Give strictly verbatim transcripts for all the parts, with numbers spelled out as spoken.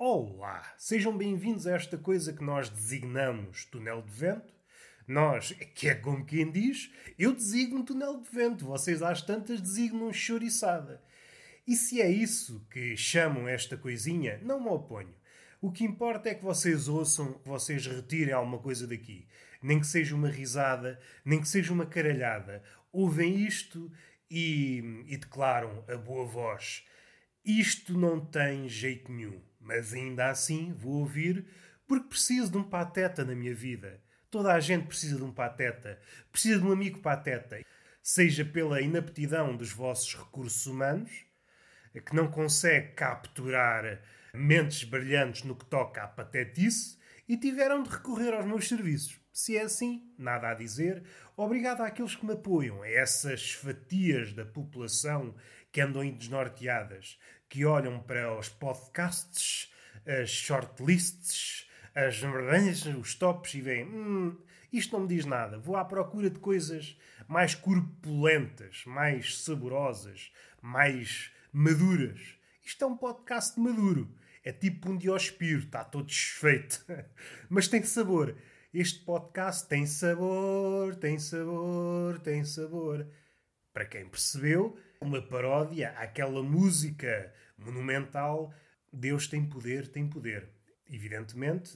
Olá, sejam bem-vindos a esta coisa que nós designamos túnel de vento. Nós, que é como quem diz, eu designo túnel de vento, vocês às tantas designam chouriçada. E se é isso que chamam esta coisinha, não me oponho. O que importa é que vocês ouçam, que vocês retirem alguma coisa daqui. Nem que seja uma risada, nem que seja uma caralhada. Ouvem isto e, e declaram a boa voz. Isto não tem jeito nenhum, mas ainda assim vou ouvir porque preciso de um pateta na minha vida. Toda a gente precisa de um pateta. Precisa de um amigo pateta. Seja pela inaptidão dos vossos recursos humanos, que não consegue capturar mentes brilhantes no que toca à patetice, e tiveram de recorrer aos meus serviços. Se é assim, nada a dizer. Obrigado àqueles que me apoiam, a essas fatias da população que andam aí desnorteadas, que olham para os podcasts, as shortlists, as verdades, os tops e veem, hum, isto não me diz nada. Vou à procura de coisas mais corpulentas, mais saborosas, mais maduras. Isto é um podcast maduro. É tipo um Diospiro, está todo desfeito. Mas tem sabor. Este podcast tem sabor, tem sabor, tem sabor. Para quem percebeu, uma paródia àquela música monumental Deus tem poder, tem poder. Evidentemente,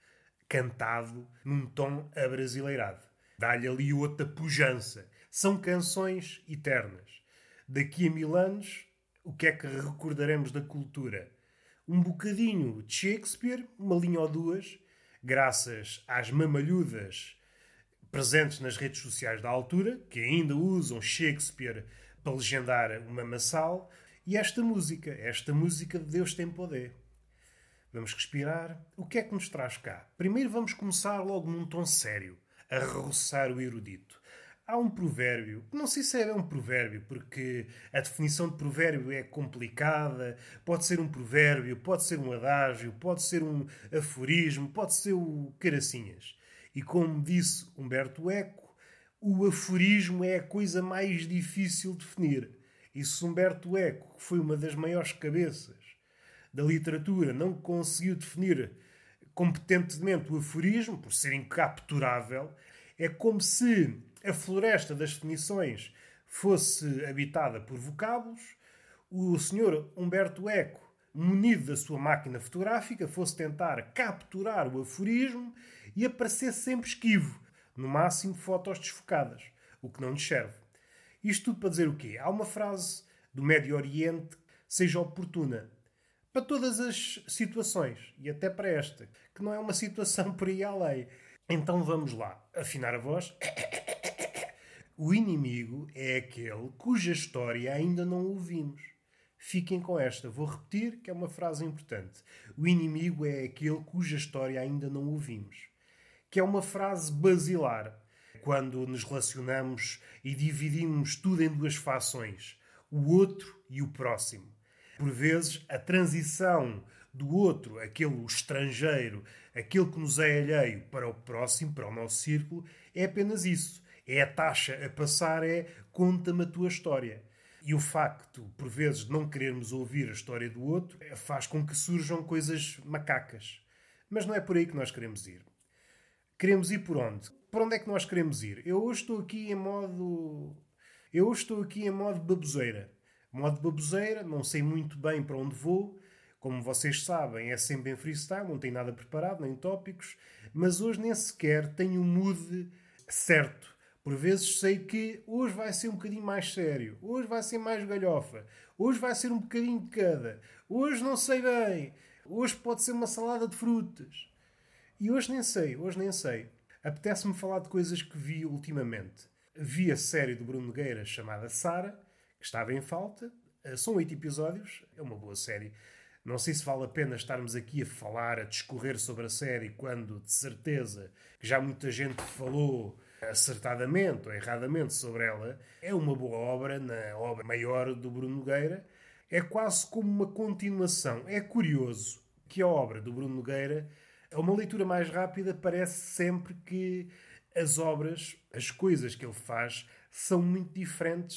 cantado num tom abrasileirado. Dá-lhe ali outra pujança. São canções eternas. Daqui a mil anos, o que é que recordaremos da cultura? Um bocadinho de Shakespeare, uma linha ou duas, graças às mamalhudas presentes nas redes sociais da altura, que ainda usam Shakespeare para legendar uma maçal, e esta música, esta música de Deus tem poder. Vamos respirar. O que é que nos traz cá? Primeiro vamos começar logo num tom sério, a roçar o erudito. Há um provérbio, não sei se é um provérbio, porque a definição de provérbio é complicada. Pode ser um provérbio, pode ser um adágio, pode ser um aforismo, pode ser o caracinhas. E como disse Humberto Eco, o aforismo é a coisa mais difícil de definir. E se Humberto Eco, que foi uma das maiores cabeças da literatura, não conseguiu definir competentemente o aforismo, por ser incapturável, é como se a floresta das definições fosse habitada por vocábulos, o senhor Humberto Eco, munido da sua máquina fotográfica, fosse tentar capturar o aforismo e aparecer sempre esquivo, no máximo fotos desfocadas, o que não lhe serve. Isto tudo para dizer o quê? Há uma frase do Médio Oriente que seja oportuna para todas as situações, e até para esta, que não é uma situação por aí além. Então vamos lá, afinar a voz. O inimigo é aquele cuja história ainda não ouvimos. Fiquem com esta, vou repetir, que é uma frase importante. O inimigo é aquele cuja história ainda não ouvimos. Que é uma frase basilar, quando nos relacionamos e dividimos tudo em duas fações, o outro e o próximo. Por vezes, a transição do outro, aquele estrangeiro, aquele que nos é alheio, para o próximo, para o nosso círculo, é apenas isso. É a taxa a passar, é conta-me a tua história. E o facto, por vezes, de não querermos ouvir a história do outro, faz com que surjam coisas macacas. Mas não é por aí que nós queremos ir. Queremos ir por onde? Por onde é que nós queremos ir? Eu hoje estou aqui em modo... Eu hoje estou aqui em modo baboseira. Modo baboseira, não sei muito bem para onde vou. Como vocês sabem, é sempre em freestyle, não tenho nada preparado, nem tópicos. Mas hoje nem sequer tenho um mood certo. Por vezes sei que hoje vai ser um bocadinho mais sério. Hoje vai ser mais galhofa. Hoje vai ser um bocadinho de cada. Hoje não sei bem. Hoje pode ser uma salada de frutas. E hoje nem sei, hoje nem sei. Apetece-me falar de coisas que vi ultimamente. Vi a série do Bruno Nogueira chamada Sara, que estava em falta. São oito episódios, é uma boa série. Não sei se vale a pena estarmos aqui a falar, a discorrer sobre a série, quando, de certeza, que já muita gente falou acertadamente ou erradamente sobre ela. É uma boa obra, na obra maior do Bruno Nogueira. É quase como uma continuação. É curioso que a obra do Bruno Nogueira, a uma leitura mais rápida, parece sempre que as obras, as coisas que ele faz, são muito diferentes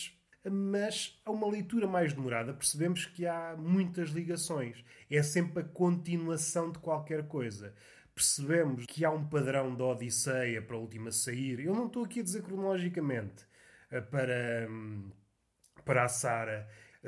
mas a uma leitura mais demorada percebemos que há muitas ligações. É sempre a continuação de qualquer coisa. Percebemos que há um padrão da Odisseia para a Última a Sair. Eu não estou aqui a dizer cronologicamente eh, para, hum, para a Sara.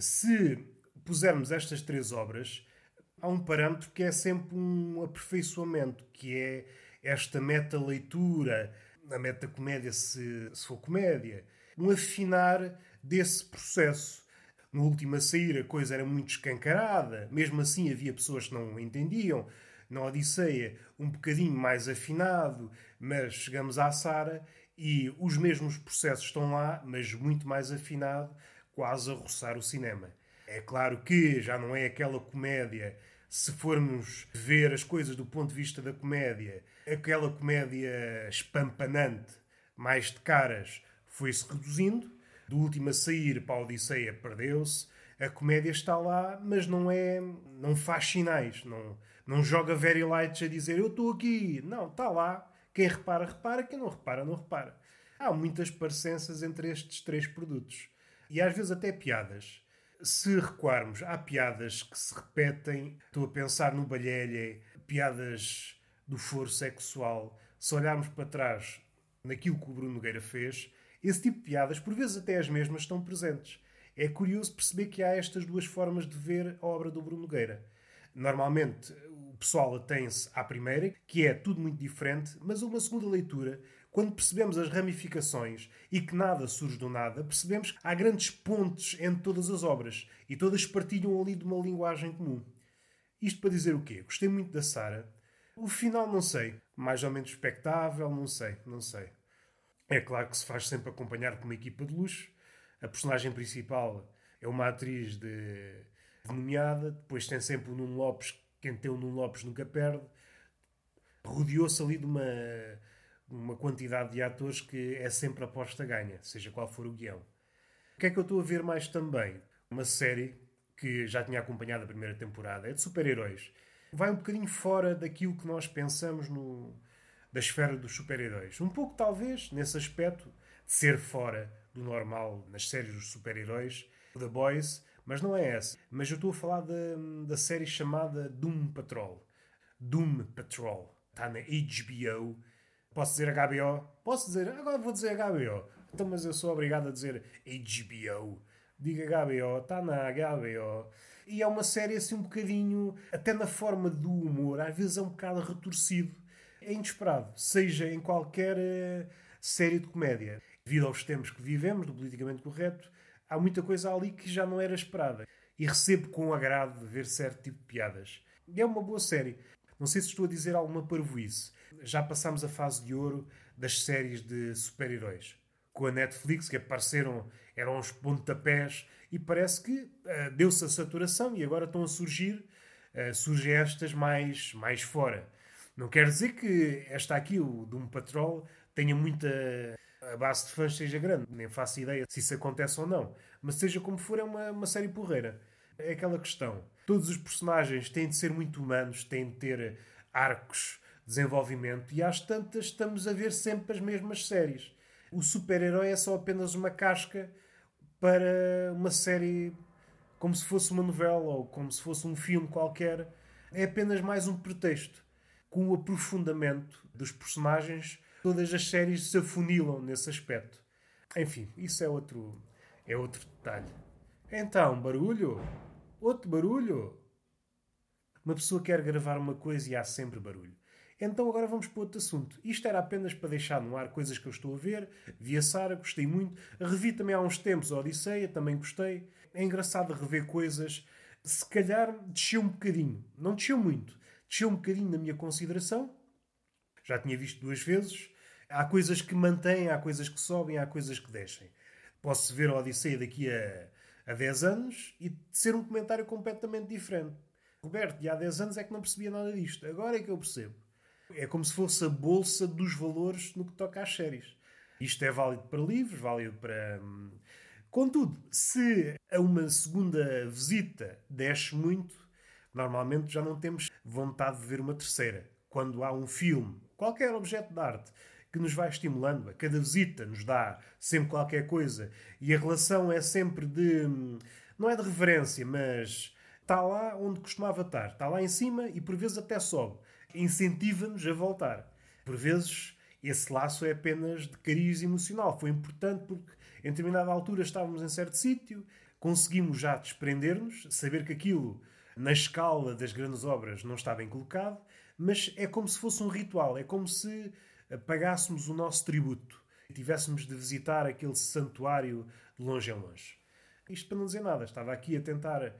Se pusermos estas três obras, há um parâmetro que é sempre um aperfeiçoamento, que é esta meta-leitura, a meta-comédia, se, se for comédia, um afinar desse processo. No Último a Sair a coisa era muito escancarada, mesmo assim havia pessoas que não entendiam. Na Odisseia, um bocadinho mais afinado, mas chegamos à Sara e os mesmos processos estão lá, mas muito mais afinado, quase a roçar o cinema. É claro que já não é aquela comédia, se formos ver as coisas do ponto de vista da comédia, aquela comédia espampanante, mais de caras, foi-se reduzindo. Do Último a Sair para a Odisseia perdeu-se. A comédia está lá, mas não é, não faz sinais, não, não joga very lights a dizer eu estou aqui. Não, está lá. Quem repara, repara. Quem não repara, não repara. Há muitas parecenças entre estes três produtos. E às vezes até piadas. Se recuarmos, há piadas que se repetem. Estou a pensar no Balhelha, piadas do foro sexual. Se olharmos para trás naquilo que o Bruno Nogueira fez, esse tipo de piadas, por vezes até as mesmas, estão presentes. É curioso perceber que há estas duas formas de ver a obra do Bruno Nogueira. Normalmente, o pessoal atém-se à primeira, que é tudo muito diferente, mas uma segunda leitura, quando percebemos as ramificações e que nada surge do nada, percebemos que há grandes pontes entre todas as obras e todas partilham ali de uma linguagem comum. Isto para dizer o quê? Gostei muito da Sara. O final não sei. Mais ou menos expectável, não sei, não sei. É claro que se faz sempre acompanhar por uma equipa de luxo. A personagem principal é uma atriz de, de nomeada. Depois tem sempre o Nuno Lopes. Quem tem o Nuno Lopes nunca perde. Rodeou-se ali de uma, uma quantidade de atores que é sempre aposta ganha, seja qual for o guião. O que é que eu estou a ver mais também? Uma série que já tinha acompanhado a primeira temporada. É de super-heróis. Vai um bocadinho fora daquilo que nós pensamos no, da esfera dos super-heróis. Um pouco, talvez, nesse aspecto, de ser fora do normal nas séries dos super-heróis, The Boys, mas não é essa. Mas eu estou a falar da, da série chamada Doom Patrol. Doom Patrol. Está na H B O. Posso dizer H B O? Posso dizer? Agora vou dizer H B O. Então, mas eu sou obrigado a dizer H B O. Diga H B O. Está na H B O. E é uma série assim um bocadinho, até na forma do humor, às vezes é um bocado retorcido. É inesperado. Seja em qualquer uh, série de comédia. Devido aos tempos que vivemos, do politicamente correto, há muita coisa ali que já não era esperada. E recebo com agrado ver certo tipo de piadas. E é uma boa série. Não sei se estou a dizer alguma parvoíce. Já passámos a fase de ouro das séries de super-heróis. Com a Netflix, que apareceram, eram uns pontapés, e parece que uh, deu-se a saturação e agora estão a surgir, uh, surgem estas mais, mais fora. Não quer dizer que esta aqui, o Doom Patrol, tenha muita... a base de fãs seja grande. Nem faço ideia se isso acontece ou não. Mas seja como for, é uma, uma série porreira. É aquela questão. Todos os personagens têm de ser muito humanos, têm de ter arcos de desenvolvimento, e às tantas estamos a ver sempre as mesmas séries. O super-herói é só apenas uma casca para uma série, como se fosse uma novela ou como se fosse um filme qualquer. É apenas mais um pretexto. Com o aprofundamento dos personagens, todas as séries se afunilam nesse aspecto. Enfim, isso é outro, é outro detalhe. Então, barulho? Outro barulho? Uma pessoa quer gravar uma coisa e há sempre barulho. Então agora vamos para outro assunto. Isto era apenas para deixar no ar coisas que eu estou a ver. Vi a Sara, gostei muito. Revi também há uns tempos a Odisseia, também gostei. É engraçado rever coisas. Se calhar desceu um bocadinho. Não desceu muito. Desceu um bocadinho na minha consideração. Já tinha visto duas vezes. Há coisas que mantêm, há coisas que sobem, há coisas que descem. Posso ver a Odisseia daqui a, a dez anos e ser um comentário completamente diferente. Roberto, de há dez anos é que não percebia nada disto. Agora é que eu percebo. É como se fosse a bolsa dos valores no que toca às séries. Isto é válido para livros, válido para... Contudo, se a uma segunda visita desce muito, normalmente já não temos vontade de ver uma terceira. Quando há um filme, qualquer objeto de arte, que nos vai estimulando. A cada visita nos dá sempre qualquer coisa. E a relação é sempre de... Não é de reverência, mas está lá onde costumava estar. Está lá em cima e por vezes até sobe. Incentiva-nos a voltar. Por vezes esse laço é apenas de cariz emocional. Foi importante porque em determinada altura estávamos em certo sítio, conseguimos já desprender-nos, saber que aquilo, na escala das grandes obras, não está bem colocado, mas é como se fosse um ritual, é como se pagássemos o nosso tributo e tivéssemos de visitar aquele santuário de longe em longe. Isto para não dizer nada, estava aqui a tentar...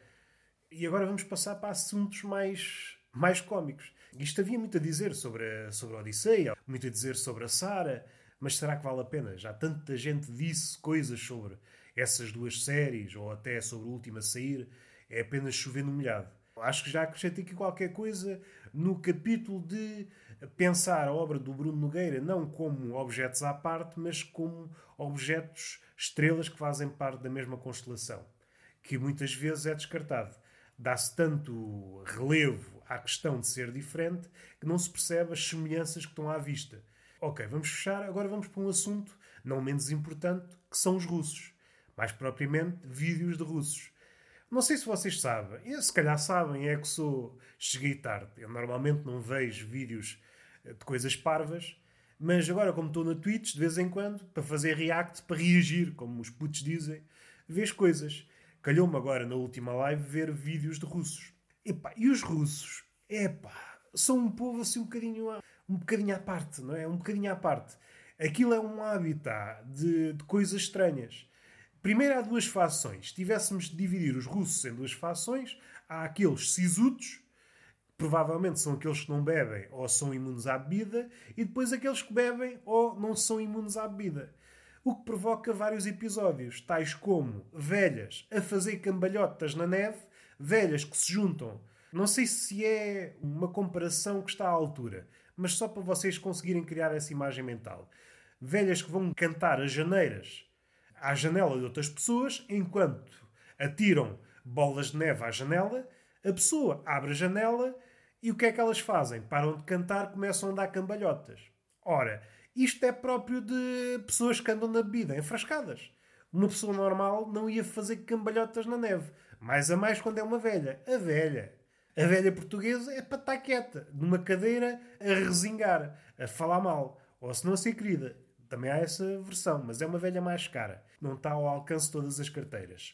E agora vamos passar para assuntos mais, mais cómicos. Isto havia muito a dizer sobre a, sobre a Odisseia, muito a dizer sobre a Sara, mas será que vale a pena? Já tanta gente disse coisas sobre essas duas séries, ou até sobre a última a sair, é apenas chover no molhado. Acho que já acrescentei aqui qualquer coisa no capítulo de pensar a obra do Bruno Nogueira não como objetos à parte, mas como objetos, estrelas que fazem parte da mesma constelação, que muitas vezes é descartado. Dá-se tanto relevo à questão de ser diferente que não se percebe as semelhanças que estão à vista. Ok, vamos fechar, agora vamos para um assunto não menos importante, que são os russos. Mais propriamente, vídeos de russos. Não sei se vocês sabem, eu, se calhar sabem, é que sou... Cheguei tarde. Eu normalmente não vejo vídeos de coisas parvas, mas agora, como estou na Twitch, de vez em quando, para fazer react, para reagir, como os putos dizem, vejo coisas. Calhou-me agora, na última live, ver vídeos de russos. Epá, e os russos, epá, são um povo assim um bocadinho, um bocadinho à parte, não é? Um bocadinho à parte. Aquilo é um habitat de, de coisas estranhas. Primeiro há duas fações. Se tivéssemos de dividir os russos em duas fações, há aqueles sisudos, que provavelmente são aqueles que não bebem ou são imunes à bebida, e depois aqueles que bebem ou não são imunes à bebida. O que provoca vários episódios, tais como velhas a fazer cambalhotas na neve, velhas que se juntam. Não sei se é uma comparação que está à altura, mas só para vocês conseguirem criar essa imagem mental. Velhas que vão cantar as janeiras à janela de outras pessoas, enquanto atiram bolas de neve à janela, a pessoa abre a janela e o que é que elas fazem? Param de cantar, começam a dar cambalhotas. Ora, isto é próprio de pessoas que andam na bebida, enfrascadas. Uma pessoa normal não ia fazer cambalhotas na neve. Mais a mais quando é uma velha. A velha. A velha portuguesa é para estar quieta, numa cadeira, a resingar, a falar mal. Ou se não a ser querida. Também há essa versão, mas é uma velha mais cara. Não está ao alcance de todas as carteiras.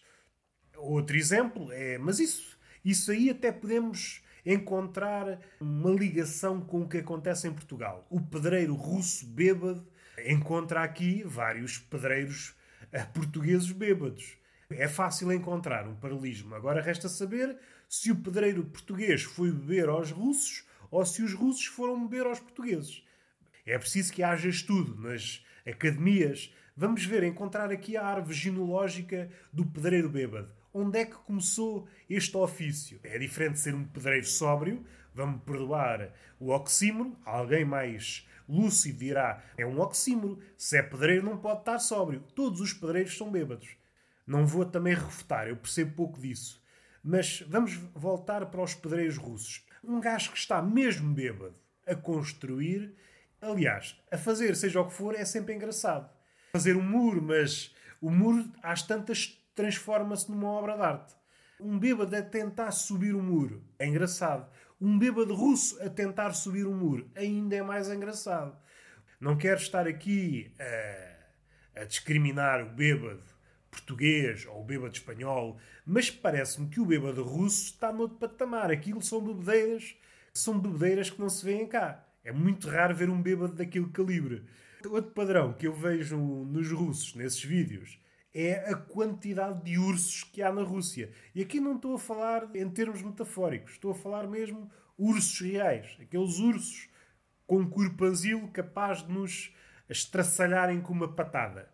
Outro exemplo é... Mas isso, isso aí até podemos encontrar uma ligação com o que acontece em Portugal. O pedreiro russo bêbado encontra aqui vários pedreiros portugueses bêbados. É fácil encontrar um paralelismo. Agora resta saber se o pedreiro português foi beber aos russos ou se os russos foram beber aos portugueses. É preciso que haja estudo nas academias. Vamos ver, encontrar aqui a árvore genealógica do pedreiro bêbado. Onde é que começou este ofício? É diferente de ser um pedreiro sóbrio. Vamos perdoar o oxímoro. Alguém mais lúcido dirá, é um oxímoro. Se é pedreiro não pode estar sóbrio. Todos os pedreiros são bêbados. Não vou também refutar, eu percebo pouco disso. Mas vamos voltar para os pedreiros russos. Um gajo que está mesmo bêbado a construir, aliás, a fazer seja o que for, é sempre engraçado. Fazer um muro, mas o muro às tantas transforma-se numa obra de arte. Um bêbado a tentar subir o muro é engraçado. Um bêbado russo a tentar subir o muro ainda é mais engraçado. Não quero estar aqui a, a discriminar o bêbado português ou o bêbado espanhol, mas parece-me que o bêbado russo está noutro patamar. Aquilo são bebedeiras, são bebedeiras que não se vêem cá. É muito raro ver um bêbado daquele calibre. Outro padrão que eu vejo nos russos, nesses vídeos, é a quantidade de ursos que há na Rússia. E aqui não estou a falar em termos metafóricos, estou a falar mesmo ursos reais. Aqueles ursos com um corpanzil capaz de nos estraçalharem com uma patada.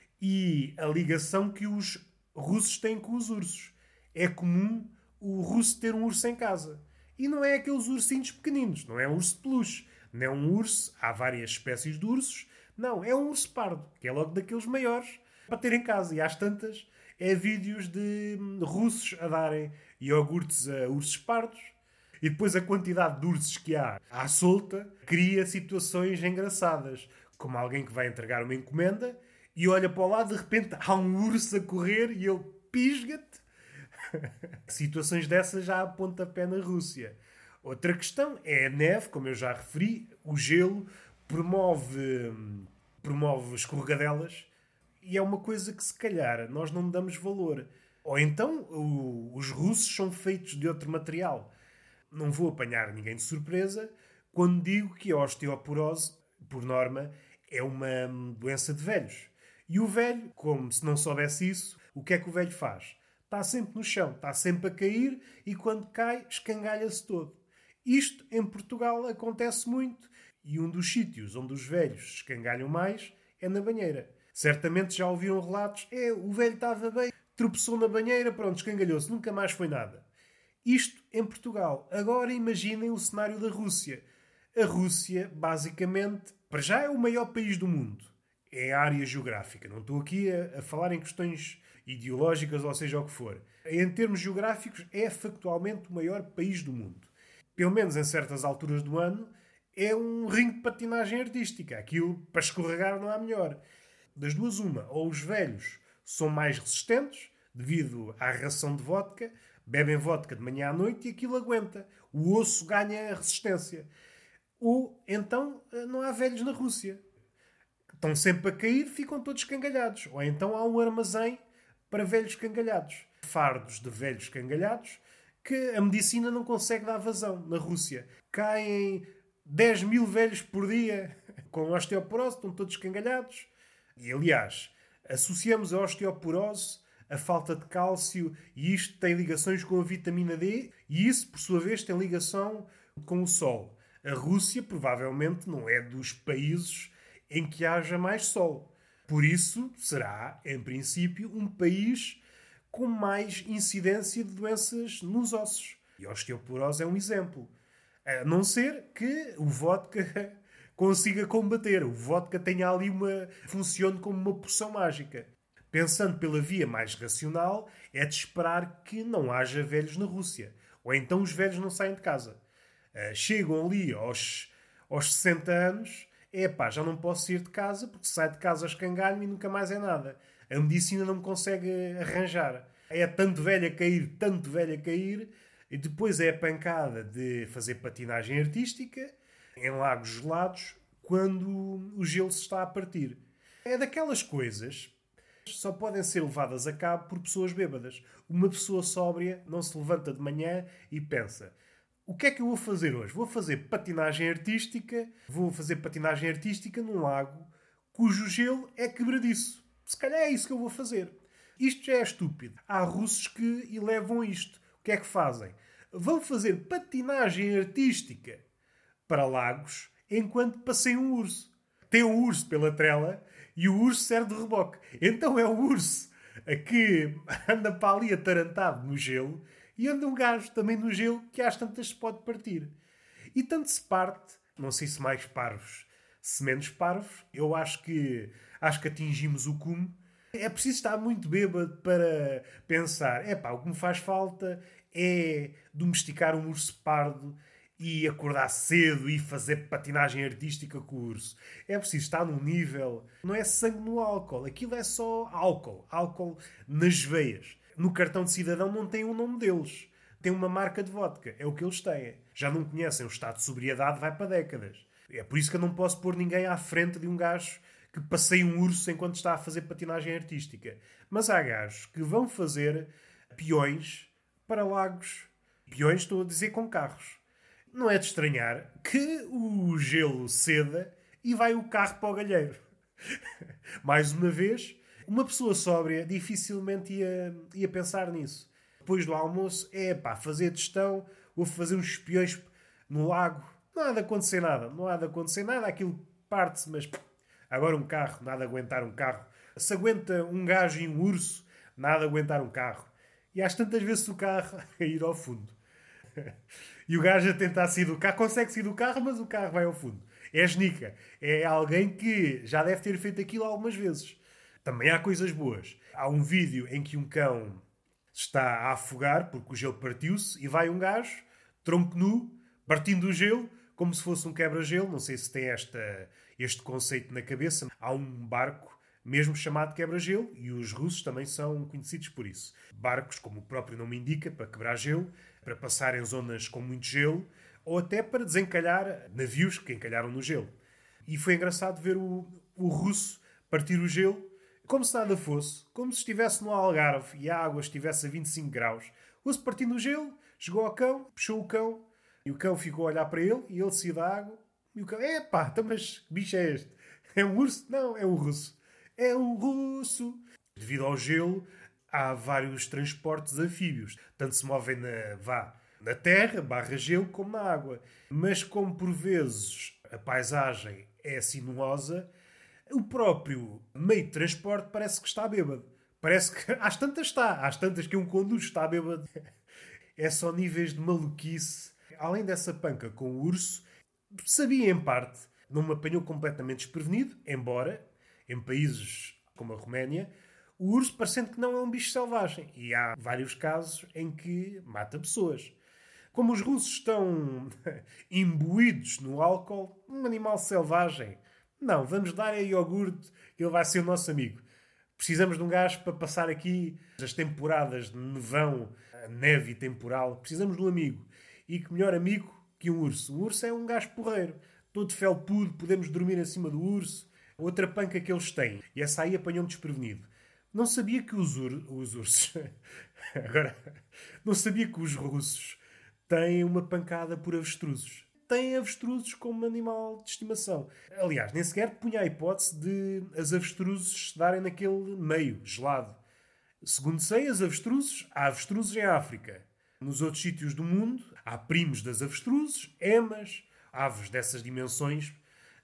E a ligação que os russos têm com os ursos. É comum o russo ter um urso em casa. E não é aqueles ursinhos pequeninos, não é um urso de peluche. Não é um urso, há várias espécies de ursos. Não, é um urso pardo, que é logo daqueles maiores, para ter em casa. E às tantas, é vídeos de russos a darem iogurtes a ursos pardos. E depois a quantidade de ursos que há à solta cria situações engraçadas. Como alguém que vai entregar uma encomenda e olha para o lado, de repente há um urso a correr e ele pisga-te. Situações dessas já há pontapé na Rússia. Outra questão é a neve, como eu já referi. O gelo promove, promove escorregadelas e é uma coisa que se calhar nós não damos valor. Ou então o, os russos são feitos de outro material. Não vou apanhar ninguém de surpresa quando digo que a osteoporose, por norma, é uma doença de velhos. E o velho, como se não soubesse isso, o que é que o velho faz? Está sempre no chão, está sempre a cair e quando cai, escangalha-se todo. Isto, em Portugal, acontece muito e um dos sítios onde os velhos se escangalham mais é na banheira. Certamente já ouviram relatos, é, o velho estava bem, tropeçou na banheira, pronto, escangalhou-se, nunca mais foi nada. Isto em Portugal. Agora imaginem o cenário da Rússia. A Rússia, basicamente, para já é o maior país do mundo. É a área geográfica. Não estou aqui a, a falar em questões ideológicas, ou seja o que for. Em termos geográficos, é factualmente o maior país do mundo. Pelo menos em certas alturas do ano, é um ringue de patinagem artística. Aquilo, para escorregar, não há melhor. Das duas, uma. Ou os velhos são mais resistentes, devido à ração de vodka, bebem vodka de manhã à noite e aquilo aguenta. O osso ganha resistência. Ou então não há velhos na Rússia. Estão sempre a cair, ficam todos escangalhados. Ou então há um armazém para velhos escangalhados. Fardos de velhos escangalhados que a medicina não consegue dar vazão na Rússia. Caem dez mil velhos por dia com osteoporose, estão todos escangalhados. E, aliás, associamos a osteoporose a falta de cálcio e isto tem ligações com a vitamina D e isso, por sua vez, tem ligação com o sol. A Rússia, provavelmente, não é dos países em que haja mais sol. Por isso, será, em princípio, um país com mais incidência de doenças nos ossos. E a osteoporose é um exemplo. A não ser que o vodka consiga combater. O vodka tenha ali uma... funcione como uma poção mágica. Pensando pela via mais racional, é de esperar que não haja velhos na Rússia. Ou então os velhos não saem de casa. Uh, chegam ali aos, aos sessenta anos, é pá, já não posso sair de casa porque se sai de casa escangalho e nunca mais é nada. A medicina não me consegue arranjar. É tanto velho a cair, tanto velho a cair, e depois é a pancada de fazer patinagem artística em lagos gelados quando o gelo se está a partir. É daquelas coisas que só podem ser levadas a cabo por pessoas bêbadas. Uma pessoa sóbria não se levanta de manhã e pensa: o que é que eu vou fazer hoje? Vou fazer patinagem artística, vou fazer patinagem artística num lago cujo gelo é quebradiço. Se calhar é isso que eu vou fazer. Isto já é estúpido. Há russos que elevam isto. O que é que fazem? Vão fazer patinagem artística para lagos enquanto passeiam um urso. Tem um urso pela trela e o urso serve de reboque. Então é o urso a que anda para ali atarantado no gelo e anda um gajo também no gelo que às tantas se pode partir. E tanto se parte, não sei se mais parvos, se menos parvos, eu acho que, acho que atingimos o cume. É preciso estar muito bêbado para pensar, epá, o que me faz falta é domesticar um urso pardo e acordar cedo e fazer patinagem artística com o urso. É preciso estar num nível... Não é sangue no álcool. Aquilo é só álcool. Álcool nas veias. No cartão de cidadão não tem o nome deles. Tem uma marca de vodka. É o que eles têm. Já não conhecem o estado de sobriedade, vai para décadas. É por isso que eu não posso pôr ninguém à frente de um gajo que passeia um urso enquanto está a fazer patinagem artística. Mas há gajos que vão fazer peões para lagos. Peões, estou a dizer, com carros. Não é de estranhar que o gelo ceda e vai o carro para o galheiro. Mais uma vez, uma pessoa sóbria dificilmente ia, ia pensar nisso. Depois do almoço, é pá, fazer testão, vou fazer uns espiões no lago. Não há de acontecer nada, não há de acontecer nada, aquilo parte-se, mas agora um carro, nada a aguentar um carro. Se aguenta um gajo e um urso, nada a aguentar um carro. E às tantas vezes o carro a ir ao fundo. E o gajo a tentar sair do carro, consegue sair do carro, mas o carro vai ao fundo. É genica. É alguém que já deve ter feito aquilo algumas vezes. Também há coisas boas. Há um vídeo em que um cão está a afogar porque o gelo partiu-se e vai um gajo, tronco nu, partindo o gelo, como se fosse um quebra-gelo. Não sei se tem esta este conceito na cabeça. Há um barco mesmo chamado quebra-gelo, e os russos também são conhecidos por isso. Barcos, como o próprio nome indica, para quebrar gelo, para passar em zonas com muito gelo, ou até para desencalhar navios que encalharam no gelo. E foi engraçado ver o, o russo partir o gelo como se nada fosse, como se estivesse no Algarve e a água estivesse a vinte e cinco graus. O russo partindo o gelo, chegou ao cão, puxou o cão, e o cão ficou a olhar para ele, e ele saiu da água, e o cão, epá, então, mas que bicho é este? É um urso? Não, é um russo. É um russo! Devido ao gelo, há vários transportes anfíbios. Tanto se movem na, vá, na terra, barra gelo, como na água. Mas como por vezes a paisagem é sinuosa, o próprio meio de transporte parece que está bêbado. Parece que às tantas está. Às tantas que um conduz está bêbado. É só níveis de maluquice. Além dessa panca com o urso, sabia em parte, não me apanhou completamente desprevenido, embora, em países como a Roménia, o urso parecendo que não é um bicho selvagem. E há vários casos em que mata pessoas. Como os russos estão imbuídos no álcool, um animal selvagem, não, vamos dar a iogurte, ele vai ser o nosso amigo. Precisamos de um gajo para passar aqui as temporadas de nevão, neve e temporal. Precisamos de um amigo. E que melhor amigo que um urso. O urso é um gajo porreiro. Todo felpudo, podemos dormir acima do urso. Outra panca que eles têm. E essa aí apanhou-me desprevenido. Não sabia que os, ur... os ursos... Agora, não sabia que os russos têm uma pancada por avestruzes. Têm avestruzes como animal de estimação. Aliás, nem sequer punha a hipótese de as avestruzes se darem naquele meio gelado. Segundo sei, as avestruzes, há avestruzes em África. Nos outros sítios do mundo, há primos das avestruzes, emas, aves dessas dimensões.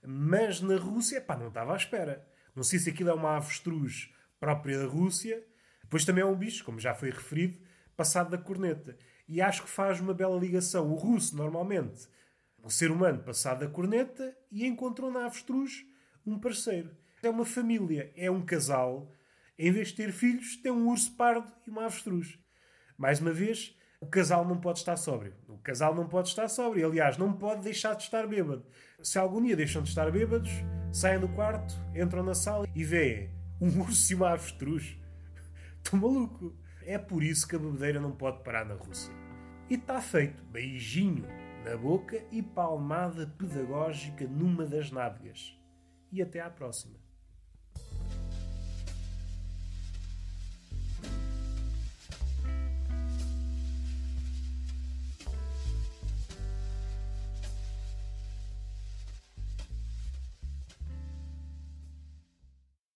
Mas na Rússia, pá, não estava à espera. Não sei se aquilo é uma avestruz própria da Rússia. Depois também é um bicho, como já foi referido, passado da corneta. E acho que faz uma bela ligação. O russo, normalmente, um ser humano passado da corneta, e encontrou na avestruz um parceiro. É uma família, é um casal. Em vez de ter filhos, tem um urso pardo e uma avestruz. Mais uma vez, o casal não pode estar sóbrio. O casal não pode estar sóbrio. Aliás, não pode deixar de estar bêbado. Se algum dia deixam de estar bêbados, saem do quarto, entram na sala e veem um urso e uma avestruz. Estou maluco. É por isso que a bebedeira não pode parar na Rússia. E está feito. Beijinho na boca e palmada pedagógica numa das nádegas. E até à próxima.